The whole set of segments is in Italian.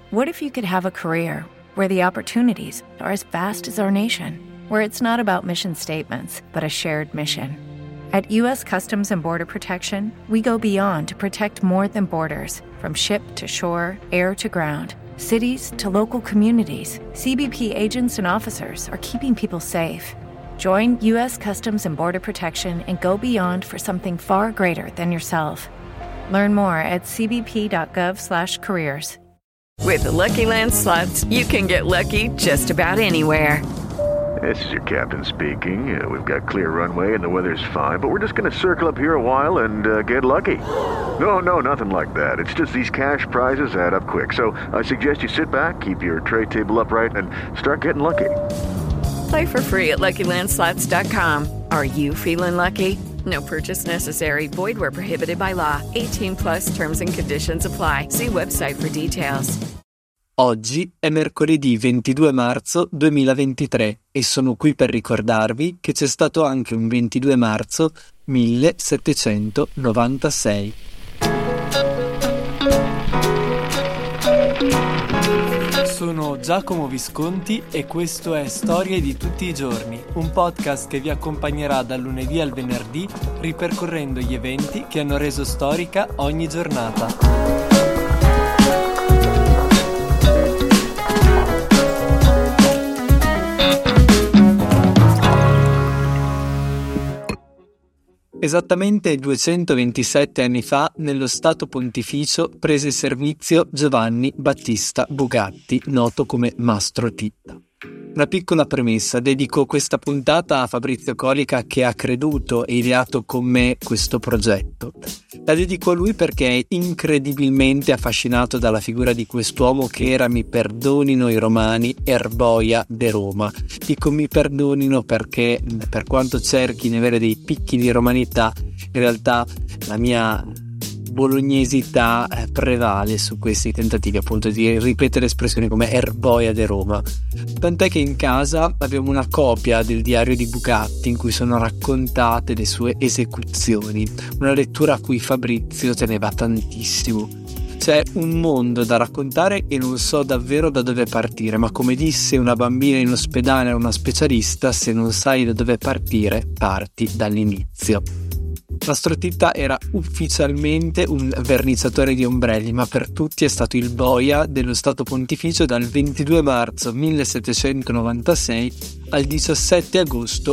What if you could have a career where the opportunities are as vast as our nation, where it's not about mission statements, but a shared mission? At U.S. Customs and Border Protection, we go beyond to protect more than borders. From ship to shore, air to ground, cities to local communities, CBP agents and officers are keeping people safe. Join U.S. Customs and Border Protection and go beyond for something far greater than yourself. Learn more at cbp.gov/careers. With the Lucky Land Slots, you can get lucky just about anywhere. This is your captain speaking. We've got clear runway and the weather's fine, but we're just going to circle up here a while and get lucky. No, nothing like that. It's just these cash prizes add up quick. So I suggest you sit back, keep your tray table upright, and start getting lucky. Play for free at LuckyLandSlots.com. Are you feeling lucky? No purchase necessary. Void where prohibited by law. 18+ terms and conditions apply. See website for details. Oggi è mercoledì 22 marzo 2023 e sono qui per ricordarvi che c'è stato anche un 22 marzo 1796. Sono Giacomo Visconti e questo è Storie di tutti i giorni, un podcast che vi accompagnerà dal lunedì al venerdì ripercorrendo gli eventi che hanno reso storica ogni giornata. Esattamente 227 anni fa, nello Stato Pontificio, prese servizio Giovanni Battista Bugatti, noto come Mastro Titta. Una piccola premessa: dedico questa puntata a Fabrizio Colica, che ha creduto e ideato con me questo progetto. La dedico a lui perché è incredibilmente affascinato dalla figura di quest'uomo che era, mi perdonino i romani, Erboia de Roma. Dico mi perdonino perché, per quanto cerchi di avere dei picchi di romanità, in realtà la mia bolognesità prevale su questi tentativi appunto di ripetere espressioni come Erboia de Roma, tant'è che in casa abbiamo una copia del diario di Bugatti in cui sono raccontate le sue esecuzioni, una lettura a cui Fabrizio teneva tantissimo. C'è un mondo da raccontare e non so davvero da dove partire, ma come disse una bambina in ospedale a una specialista, se non sai da dove partire, parti dall'inizio. Mastro Titta era ufficialmente un verniciatore di ombrelli, ma per tutti è stato il boia dello Stato Pontificio dal 22 marzo 1796 al 17 agosto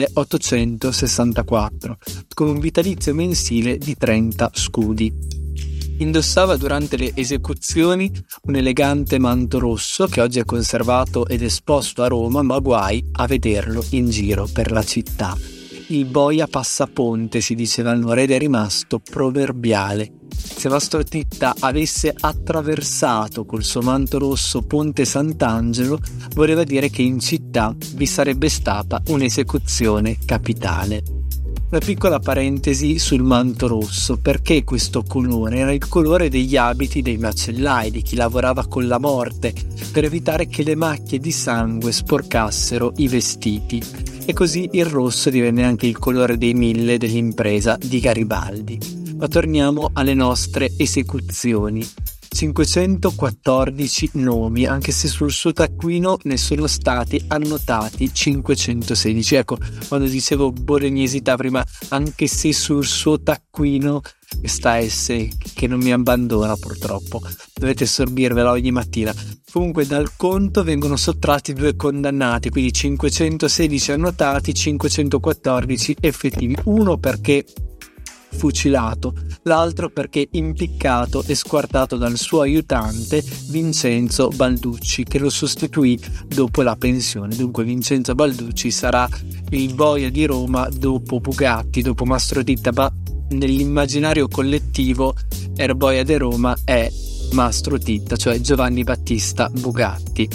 1864, con un vitalizio mensile di 30 scudi. Indossava durante le esecuzioni un elegante manto rosso che oggi è conservato ed esposto a Roma, ma guai a vederlo in giro per la città. Il boia passaponte, si diceva allora, ed è rimasto proverbiale. Se Mastro Titta avesse attraversato col suo manto rosso Ponte Sant'Angelo, voleva dire che in città vi sarebbe stata un'esecuzione capitale. Una piccola parentesi sul manto rosso: perché questo colore? Era il colore degli abiti dei macellai, di chi lavorava con la morte, per evitare che le macchie di sangue sporcassero i vestiti. E così il rosso divenne anche il colore dei 1000 dell'impresa di Garibaldi. Ma torniamo alle nostre esecuzioni. 514 nomi, anche se sul suo taccuino ne sono stati annotati 516. Ecco, quando dicevo bolognesità prima, anche se sul suo taccuino, questa S che non mi abbandona purtroppo, dovete sorbirvela ogni mattina. Comunque dal conto vengono sottratti 2 condannati, quindi 516 annotati, 514 effettivi, uno perché fucilato, l'altro perché impiccato e squartato dal suo aiutante Vincenzo Balducci, che lo sostituì dopo la pensione. Dunque Vincenzo Balducci sarà il boia di Roma dopo Bugatti, dopo Mastro Titta, ma nell'immaginario collettivo Erboia de Roma è Mastro Titta, cioè Giovanni Battista Bugatti.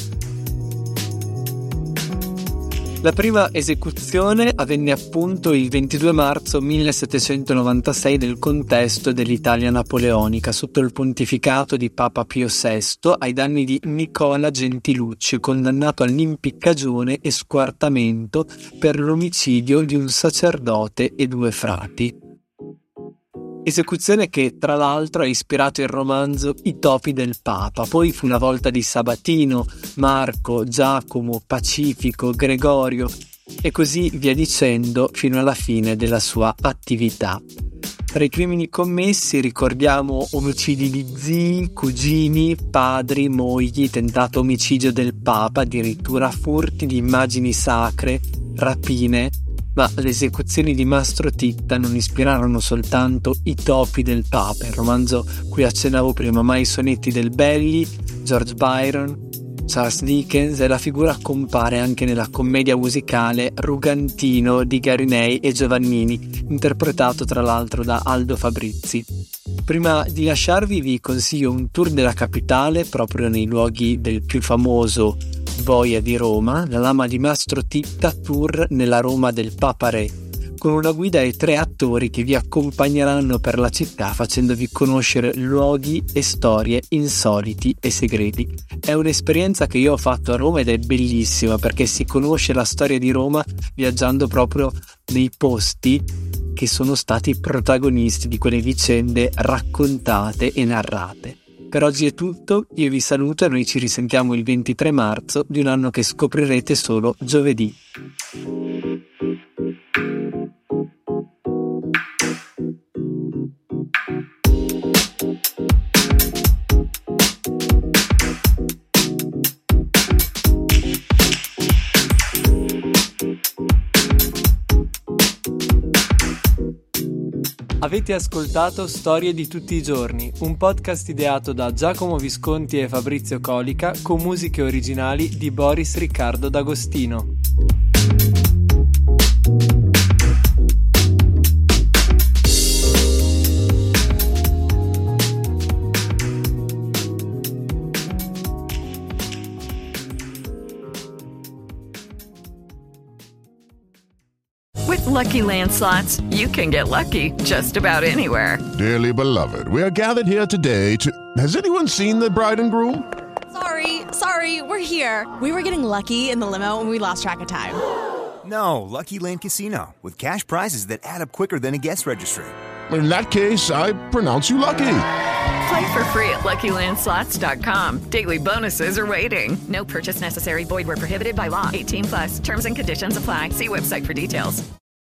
La prima esecuzione avvenne appunto il 22 marzo 1796 nel contesto dell'Italia napoleonica, sotto il pontificato di Papa Pio VI, ai danni di Nicola Gentilucci, condannato all'impiccagione e squartamento per l'omicidio di un sacerdote e 2 frati. Esecuzione che tra l'altro ha ispirato il romanzo I topi del Papa, poi fu una volta di Sabatino, Marco, Giacomo, Pacifico, Gregorio e così via dicendo fino alla fine della sua attività. Tra i crimini commessi ricordiamo omicidi di zii, cugini, padri, mogli, tentato omicidio del Papa, addirittura furti di immagini sacre, rapine, ma le esecuzioni di Mastro Titta non ispirarono soltanto I topi del Papa, il romanzo cui accennavo prima, ma i sonetti del Belli, George Byron, Charles Dickens, e la figura compare anche nella commedia musicale Rugantino di Garinei e Giovannini, interpretato tra l'altro da Aldo Fabrizi. Prima di lasciarvi vi consiglio un tour della capitale proprio nei luoghi del più famoso Boia di Roma, la Lama di Mastro Titta Tour nella Roma del Papa Re, con una guida e 3 attori che vi accompagneranno per la città facendovi conoscere luoghi e storie insoliti e segreti. È un'esperienza che io ho fatto a Roma ed è bellissima perché si conosce la storia di Roma viaggiando proprio nei posti che sono stati protagonisti di quelle vicende raccontate e narrate. Per oggi è tutto, io vi saluto e noi ci risentiamo il 23 marzo di un anno che scoprirete solo giovedì. Avete ascoltato Storie di tutti i giorni, un podcast ideato da Giacomo Visconti e Fabrizio Colica con musiche originali di Boris Riccardo D'Agostino. With Lucky Land Slots, you can get lucky just about anywhere. Dearly beloved, we are gathered here today to... Has anyone seen the bride and groom? Sorry, we're here. We were getting lucky in the limo and we lost track of time. No, Lucky Land Casino, with cash prizes that add up quicker than a guest registry. In that case, I pronounce you lucky. Play for free at LuckyLandSlots.com. Daily bonuses are waiting. No purchase necessary. Void where prohibited by law. 18+. Terms and conditions apply. See website for details.